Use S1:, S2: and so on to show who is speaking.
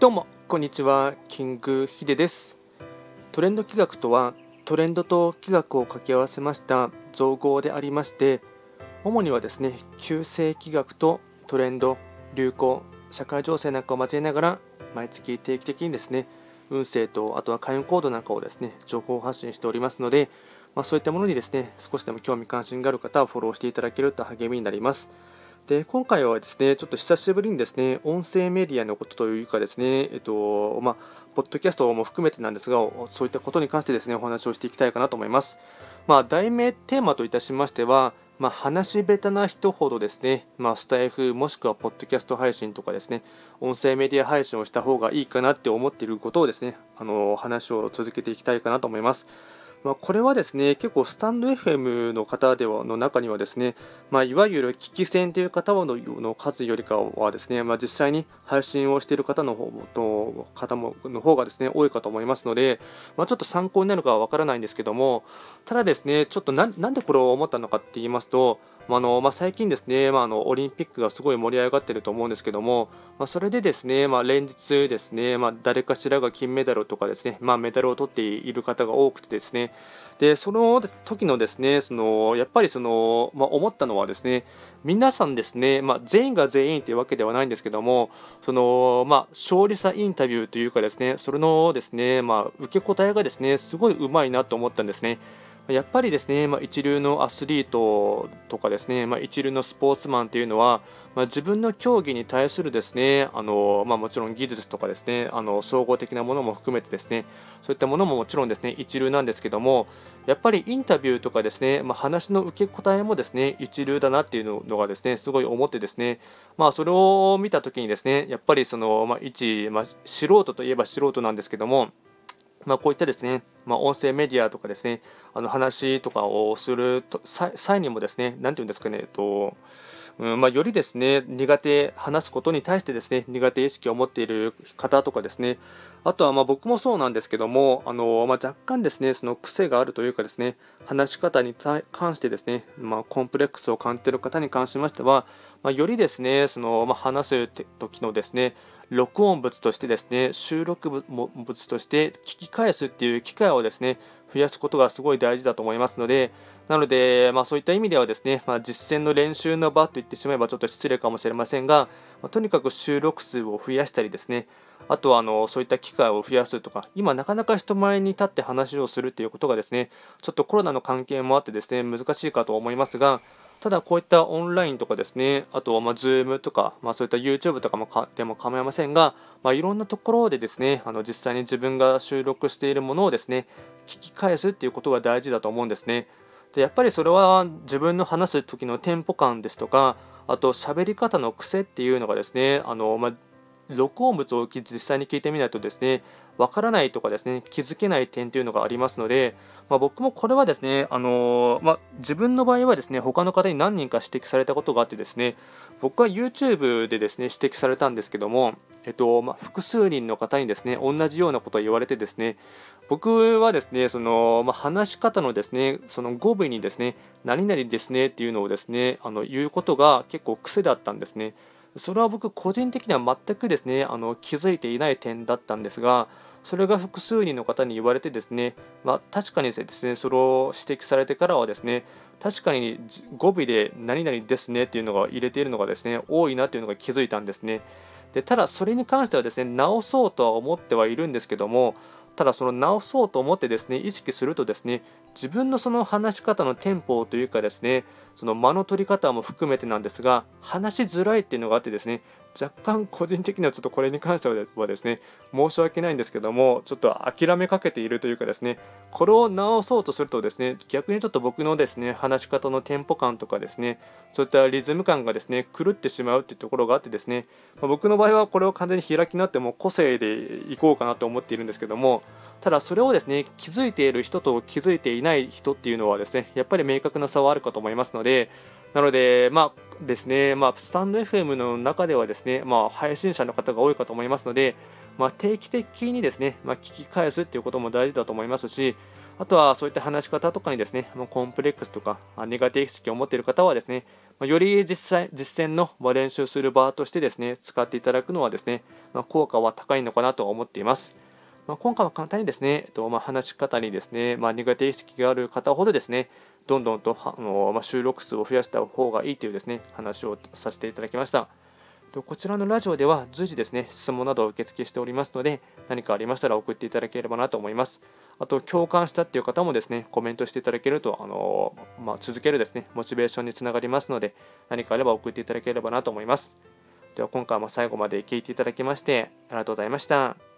S1: どうもこんにちは、キングヒデです。トレンド企画とは、トレンドと企画を掛け合わせました造語でありまして、主にはですね、旧世企画とトレンド、流行、社会情勢なんかを交えながら、毎月定期的にですね、運勢とあとは開運行動なんかをですね、情報発信しておりますので、そういったものにですね、少しでも興味関心がある方はフォローしていただけると励みになります。で、今回はですね、ちょっと久しぶりにですね、音声メディアのことというかですね、ポッドキャストも含めてなんですが、そういったことに関してですね、お話をしていきたいかなと思います。題名、テーマといたしましては、話し下手な人ほどですね、スタイフもしくはポッドキャスト配信とかですね、音声メディア配信をした方がいいかなって思っていることをですね、話を続けていきたいかなと思います。これはですね、結構スタンド FM の方の中にはですね、いわゆる聞き戦という方の数よりかはですね、実際に配信をしている方の方がですね、多いかと思いますので、ちょっと参考になるかはわからないんですけども、ただですね、ちょっとなんでこれを思ったのかって言いますと、最近ですね、オリンピックがすごい盛り上がっていると思うんですけども、それでですね、連日ですね、誰かしらが金メダルとかですね、メダルを取っている方が多くてですね、でその時のですね、やっぱり思ったのはですね、皆さんですね、全員が全員というわけではないんですけども、勝利者インタビューというかですね、それのですね、受け答えがですね、すごいうまいなと思ったんですね。やっぱりですね、一流のアスリートとかですね、一流のスポーツマンというのは、自分の競技に対するですね、もちろん技術とかですね、総合的なものも含めてですね、そういったものももちろんですね、一流なんですけども、やっぱりインタビューとかですね、話の受け答えもですね、一流だなっていうのがですね、すごい思ってですね、それを見たときにですね、やっぱり素人といえば素人なんですけども、こういったですね、音声メディアとかですね、話とかをする際にもですね、なんていうんですかね、よりですね、話すことに対してですね、苦手意識を持っている方とかですね、あとは僕もそうなんですけども、若干ですね、その癖があるというかですね、話し方に関してですね、コンプレックスを感じている方に関しましては、よりですね、話す時のですね、録音物としてですね、収録物として聞き返すっていう機会をですね、増やすことがすごい大事だと思いますので、なので、そういった意味ではですね、実践の練習の場と言ってしまえばちょっと失礼かもしれませんが、とにかく収録数を増やしたりですね、あとはそういった機会を増やすとか、今なかなか人前に立って話をするということがですね、ちょっとコロナの関係もあってですね、難しいかと思いますが、ただこういったオンラインとかですね、あとはZoom とか、そういった YouTube とかでも構いませんが、いろんなところでですね、実際に自分が収録しているものをですね、聞き返すっていうことが大事だと思うんですね。でやっぱりそれは自分の話す時のテンポ感ですとか、あと喋り方の癖っていうのがですね、録音物を実際に聞いてみないとですね、わからないとかですね、気づけない点というのがありますので、僕もこれはですね、自分の場合はですね、他の方に何人か指摘されたことがあってですね、僕は YouTube でですね、指摘されたんですけども、複数人の方にですね、同じようなことを言われてですね、僕はですね、話し方のですね、その語尾にですね、何々ですねっていうのをですね、言うことが結構癖だったんですね。それは僕個人的には全くですね、気づいていない点だったんですが、それが複数人の方に言われてですね、確かにですね、それを指摘されてからはですね、確かに語尾で何々ですねっていうのが入れているのがですね、多いなっていうのが気づいたんですね。で、ただそれに関してはですね、直そうとは思ってはいるんですけども、ただその直そうと思ってですね、意識するとですね、自分のその話し方のテンポというかですね、その間の取り方も含めてなんですが、話しづらいっていうのがあってですね、若干個人的にはちょっとこれに関してはですね、申し訳ないんですけども、ちょっと諦めかけているというかですね、これを直そうとするとですね、逆にちょっと僕のですね、話し方のテンポ感とかですね、そういったリズム感がですね、狂ってしまうっていうところがあってですね、僕の場合はこれを完全に開き直っても個性でいこうかなと思っているんですけども、ただそれをですね、気づいている人と気づいていない人っていうのはですね、やっぱり明確な差はあるかと思いますので、なので、ですね、スタンド FM の中ではですね、配信者の方が多いかと思いますので、定期的にですね、聞き返すっていうことも大事だと思いますし、 あとはそういった話し方とかにですね、コンプレックスとか苦手意識を持っている方はですね、より実践の練習する場としてですね、使っていただくのはですね、効果は高いのかなと思っています。今回は簡単にですね、話し方にですね、苦手意識がある方ほどですね、どんどんと収録数を増やした方がいいというですね、話をさせていただきました。こちらのラジオでは随時ですね、質問などを受付しておりますので、何かありましたら送っていただければなと思います。あと、共感したっていう方もですね、コメントしていただけると、続けるですね、モチベーションにつながりますので、何かあれば送っていただければなと思います。では、今回も最後まで聞いていただきまして、ありがとうございました。